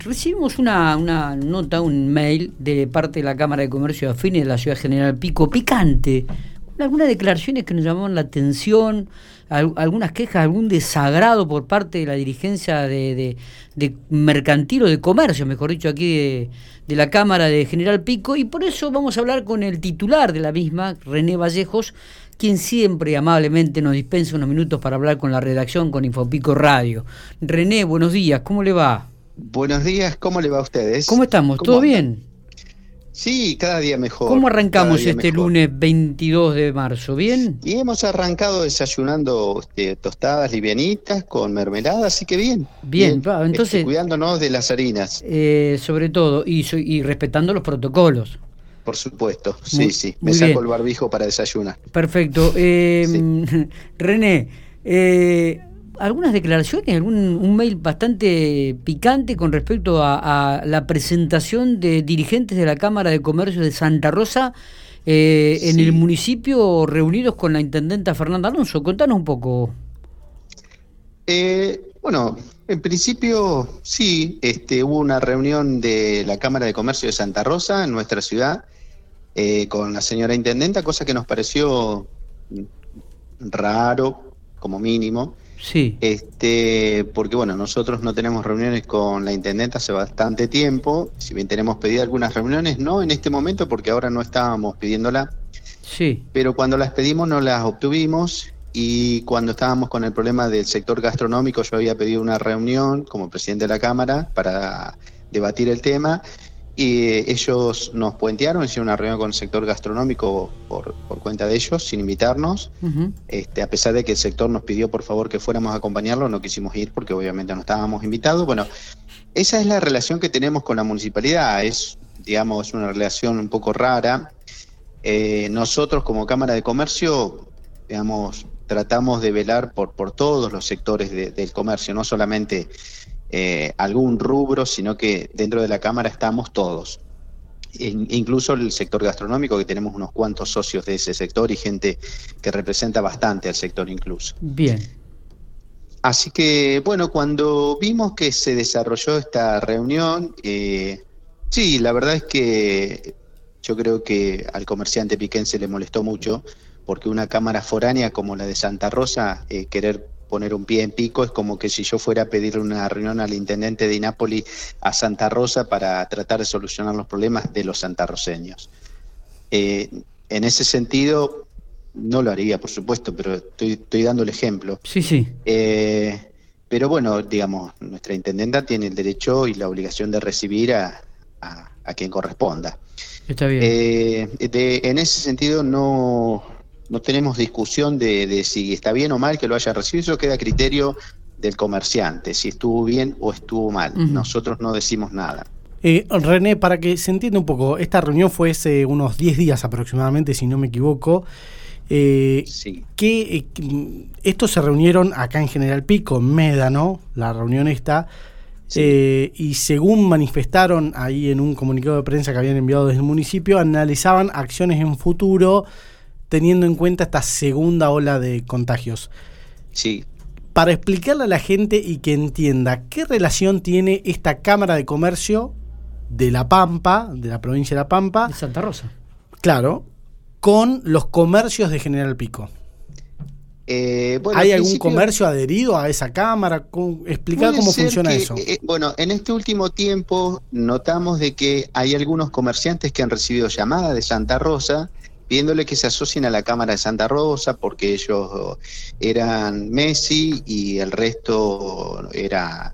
Recibimos una nota, un mail de parte de la Cámara de Comercio de Afines de la Ciudad General Pico, picante, con algunas declaraciones que nos llamaron la atención, algunas quejas, algún desagrado por parte de la dirigencia de mercantil o de comercio, mejor dicho, aquí de la Cámara de General Pico, y por eso vamos a hablar con el titular de la misma, René Vallejos, quien siempre amablemente nos dispensa unos minutos para hablar con la redacción, con Infopico Radio. René, buenos días, ¿cómo le va? Buenos días, ¿cómo le va a ustedes? ¿Cómo estamos? ¿Todo bien? Sí, cada día mejor. ¿Cómo arrancamos lunes 22 de marzo? ¿Bien? Y hemos arrancado desayunando tostadas livianitas con mermelada, así que bien. Bien, entonces... cuidándonos de las harinas. Sobre todo, y respetando los protocolos. Por supuesto, sí. Me muy saco bien. El barbijo para desayunar. Perfecto. Sí. René, algunas declaraciones, un mail bastante picante con respecto a la presentación de dirigentes de la Cámara de Comercio de Santa Rosa en el municipio reunidos con la intendenta Fernanda Alonso. Contanos un poco. Bueno, en principio sí, hubo una reunión de la Cámara de Comercio de Santa Rosa en nuestra ciudad con la señora intendenta, cosa que nos pareció raro, como mínimo. Sí. Porque bueno, nosotros no tenemos reuniones con la intendenta hace bastante tiempo, si bien tenemos pedido algunas reuniones, no en este momento porque ahora no estábamos pidiéndola, sí. Pero cuando las pedimos no las obtuvimos, y cuando estábamos con el problema del sector gastronómico yo había pedido una reunión como presidente de la Cámara para debatir el tema, y ellos nos puentearon, hicieron una reunión con el sector gastronómico por cuenta de ellos, sin invitarnos. Uh-huh. A pesar de que el sector nos pidió por favor que fuéramos a acompañarlo, no quisimos ir porque obviamente no estábamos invitados. Bueno, esa es la relación que tenemos con la municipalidad, es una relación un poco rara. Nosotros como Cámara de Comercio, tratamos de velar por todos los sectores del comercio, no solamente algún rubro, sino que dentro de la Cámara estamos todos. Incluso el sector gastronómico, que tenemos unos cuantos socios de ese sector y gente que representa bastante al sector incluso. Bien. Así que, bueno, cuando vimos que se desarrolló esta reunión, sí, la verdad es que yo creo que al comerciante piquense le molestó mucho, porque una cámara foránea como la de Santa Rosa, querer poner un pie en Pico es como que si yo fuera a pedirle una reunión al intendente de Inápoli a Santa Rosa para tratar de solucionar los problemas de los santarroceños. En ese sentido, no lo haría, por supuesto, pero estoy dando el ejemplo. Sí. Pero bueno, nuestra intendenta tiene el derecho y la obligación de recibir a quien corresponda. Está bien. En ese sentido no tenemos discusión de si está bien o mal que lo haya recibido, eso queda a criterio del comerciante, si estuvo bien o estuvo mal. Uh-huh. Nosotros no decimos nada. René, para que se entienda un poco, esta reunión fue hace unos 10 días aproximadamente, si no me equivoco. Sí. Estos se reunieron acá en General Pico, en Médano, la reunión esta, sí. Y según manifestaron ahí en un comunicado de prensa que habían enviado desde el municipio, analizaban acciones en futuro teniendo en cuenta esta segunda ola de contagios. Sí. Para explicarle a la gente y que entienda, ¿qué relación tiene esta Cámara de Comercio de La Pampa, de la provincia de La Pampa? De Santa Rosa. Claro, con los comercios de General Pico. ¿Hay algún comercio adherido a esa Cámara? Explicar cómo funciona eso. Bueno, en este último tiempo notamos de que hay algunos comerciantes que han recibido llamadas de Santa Rosa pidiéndole que se asocien a la Cámara de Santa Rosa porque ellos eran Messi y el resto era,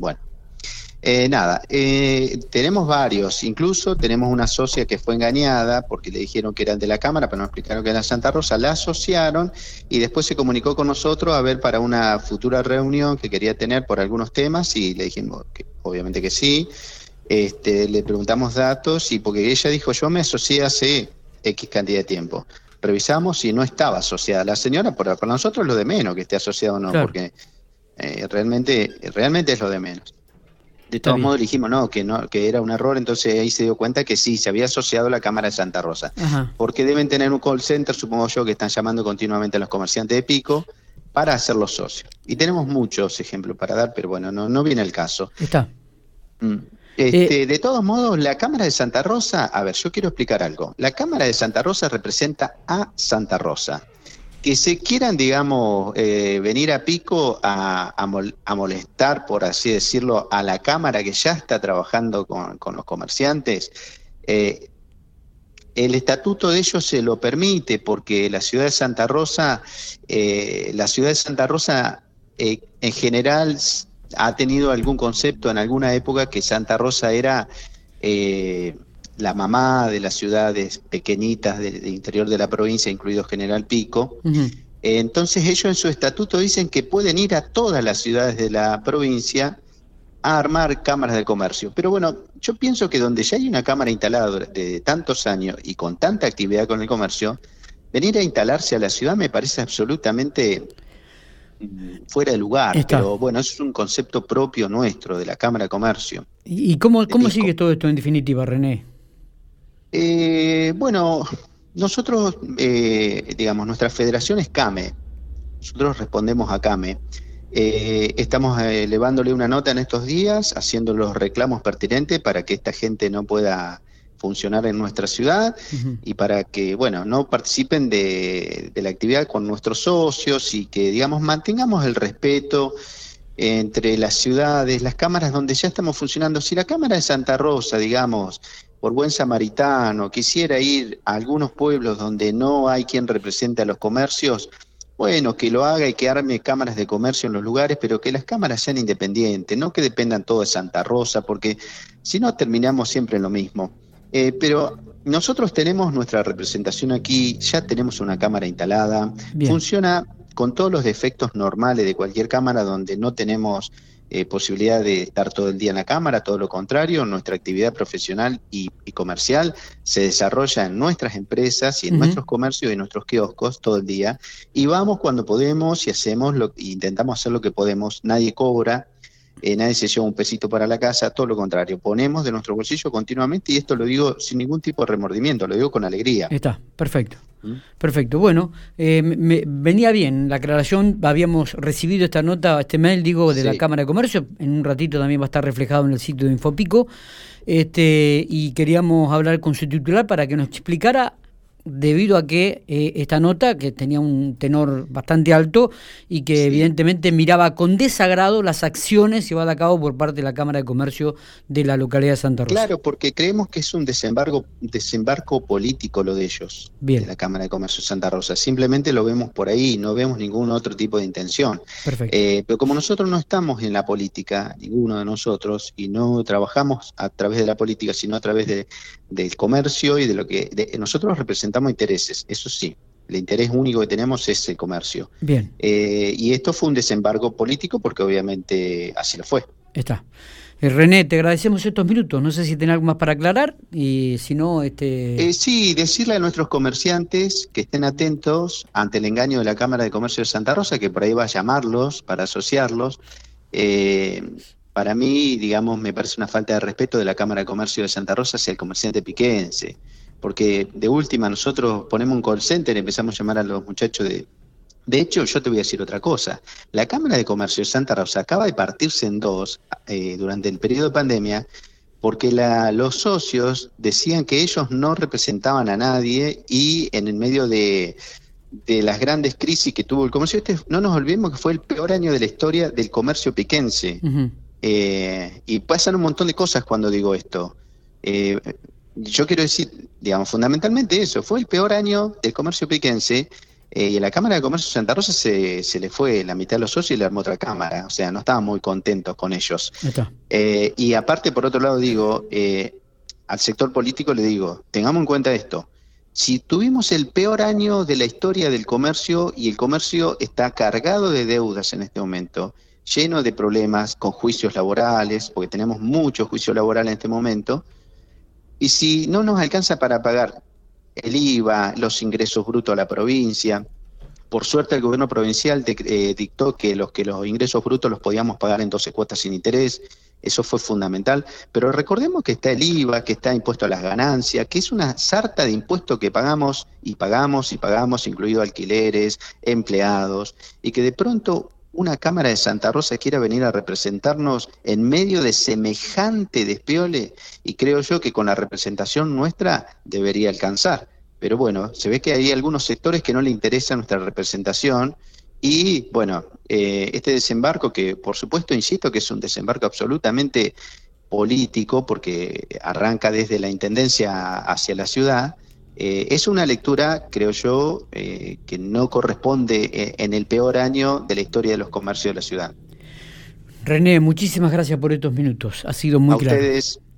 tenemos varios, incluso tenemos una socia que fue engañada porque le dijeron que eran de la Cámara, pero no explicaron que era Santa Rosa, la asociaron y después se comunicó con nosotros a ver para una futura reunión que quería tener por algunos temas y le dijimos que obviamente que sí, le preguntamos datos y porque ella dijo yo me asocié hace X cantidad de tiempo. Revisamos y no estaba asociada. La señora, para nosotros es lo de menos que esté asociada o no, claro. Porque realmente es lo de menos. De todos modos dijimos que era un error, entonces ahí se dio cuenta que sí, se había asociado a la Cámara de Santa Rosa. Ajá. Porque deben tener un call center, supongo yo, que están llamando continuamente a los comerciantes de Pico para hacerlos socios. Y tenemos muchos ejemplos para dar, pero bueno, no viene el caso. Está. Mm. De todos modos, la Cámara de Santa Rosa, a ver, yo quiero explicar algo. La Cámara de Santa Rosa representa a Santa Rosa. Que se quieran, digamos, venir a Pico a molestar, por así decirlo, a la Cámara que ya está trabajando con los comerciantes, el estatuto de ellos se lo permite, porque la ciudad de Santa Rosa, en general ha tenido algún concepto en alguna época que Santa Rosa era la mamá de las ciudades pequeñitas de interior de la provincia, incluido General Pico. Uh-huh. Entonces ellos en su estatuto dicen que pueden ir a todas las ciudades de la provincia a armar cámaras de comercio. Pero bueno, yo pienso que donde ya hay una cámara instalada de tantos años y con tanta actividad con el comercio, venir a instalarse a la ciudad me parece absolutamente fuera de lugar. Pero bueno, eso es un concepto propio nuestro de la Cámara de Comercio. ¿Y cómo sigue todo esto en definitiva, René? Bueno, nosotros, digamos, nuestra federación es CAME. Nosotros respondemos a CAME. Estamos elevándole una nota en estos días, haciendo los reclamos pertinentes para que esta gente no pueda funcionar en nuestra ciudad. Uh-huh. Y para que, bueno, no participen de la actividad con nuestros socios y que, digamos, mantengamos el respeto entre las ciudades, las cámaras donde ya estamos funcionando. Si la Cámara de Santa Rosa, digamos, por buen samaritano, quisiera ir a algunos pueblos donde no hay quien represente a los comercios, bueno, que lo haga y que arme cámaras de comercio en los lugares, pero que las cámaras sean independientes, no que dependan todo de Santa Rosa, porque si no terminamos siempre en lo mismo. Pero nosotros tenemos nuestra representación aquí, ya tenemos una cámara instalada. Bien. Funciona con todos los defectos normales de cualquier cámara donde no tenemos posibilidad de estar todo el día en la cámara, todo lo contrario, nuestra actividad profesional y comercial se desarrolla en nuestras empresas y en nuestros comercios y en nuestros kioscos todo el día, y vamos cuando podemos y intentamos hacer lo que podemos. Nadie cobra, nadie se lleva un pesito para la casa, todo lo contrario, ponemos de nuestro bolsillo continuamente, y esto lo digo sin ningún tipo de remordimiento, lo digo con alegría. Está, perfecto. Perfecto, bueno, me venía bien la aclaración. Habíamos recibido esta nota, este mail, de la Cámara de Comercio. En un ratito también va a estar reflejado en el sitio de Infopico, y queríamos hablar con su titular para que nos explicara, debido a que esta nota, que tenía un tenor bastante alto y que evidentemente miraba con desagrado las acciones llevadas a cabo por parte de la Cámara de Comercio de la localidad de Santa Rosa. Claro, porque creemos que es un desembarco político lo de ellos, de la Cámara de Comercio de Santa Rosa. Simplemente lo vemos por ahí, no vemos ningún otro tipo de intención. Perfecto. Pero como nosotros no estamos en la política, ninguno de nosotros, y no trabajamos a través de la política, sino a través del comercio y de lo que nosotros representamos intereses, eso sí, el interés único que tenemos es el comercio. Bien. Y esto fue un desembarco político porque obviamente así lo fue. Está. René, te agradecemos estos minutos, no sé si tenés algo más para aclarar, y si no... Sí, decirle a nuestros comerciantes que estén atentos ante el engaño de la Cámara de Comercio de Santa Rosa, que por ahí va a llamarlos para asociarlos. Para mí, digamos, me parece una falta de respeto de la Cámara de Comercio de Santa Rosa hacia el comerciante piquense. Porque de última nosotros ponemos un call center y empezamos a llamar a los muchachos de hecho, yo te voy a decir otra cosa. La Cámara de Comercio de Santa Rosa acaba de partirse en dos durante el periodo de pandemia, porque los socios decían que ellos no representaban a nadie, y en el medio de las grandes crisis que tuvo el comercio, no nos olvidemos que fue el peor año de la historia del comercio piquense. Uh-huh. Y pasan un montón de cosas cuando digo esto. Yo quiero decir, digamos, fundamentalmente eso, fue el peor año del comercio piquense, y en la Cámara de Comercio de Santa Rosa se le fue la mitad de los socios y le armó otra cámara, o sea, no estaban muy contentos con ellos. Y aparte, por otro lado, digo, al sector político le digo, tengamos en cuenta esto, si tuvimos el peor año de la historia del comercio, y el comercio está cargado de deudas en este momento, lleno de problemas con juicios laborales, porque tenemos muchos juicios laborales en este momento, y si no nos alcanza para pagar el IVA, los ingresos brutos a la provincia, por suerte el gobierno provincial dictó que los ingresos brutos los podíamos pagar en 12 cuotas sin interés, eso fue fundamental, pero recordemos que está el IVA, que está impuesto a las ganancias, que es una sarta de impuestos que pagamos, incluido alquileres, empleados, y que de pronto una Cámara de Santa Rosa quiera venir a representarnos en medio de semejante despiole, y creo yo que con la representación nuestra debería alcanzar. Pero bueno, se ve que hay algunos sectores que no le interesa nuestra representación, y bueno, este desembarco, que por supuesto insisto que es un desembarco absolutamente político, porque arranca desde la Intendencia hacia la ciudad, es una lectura, creo yo, que no corresponde en el peor año de la historia de los comercios de la ciudad. René, muchísimas gracias por estos minutos. Ha sido muy claro. A ustedes.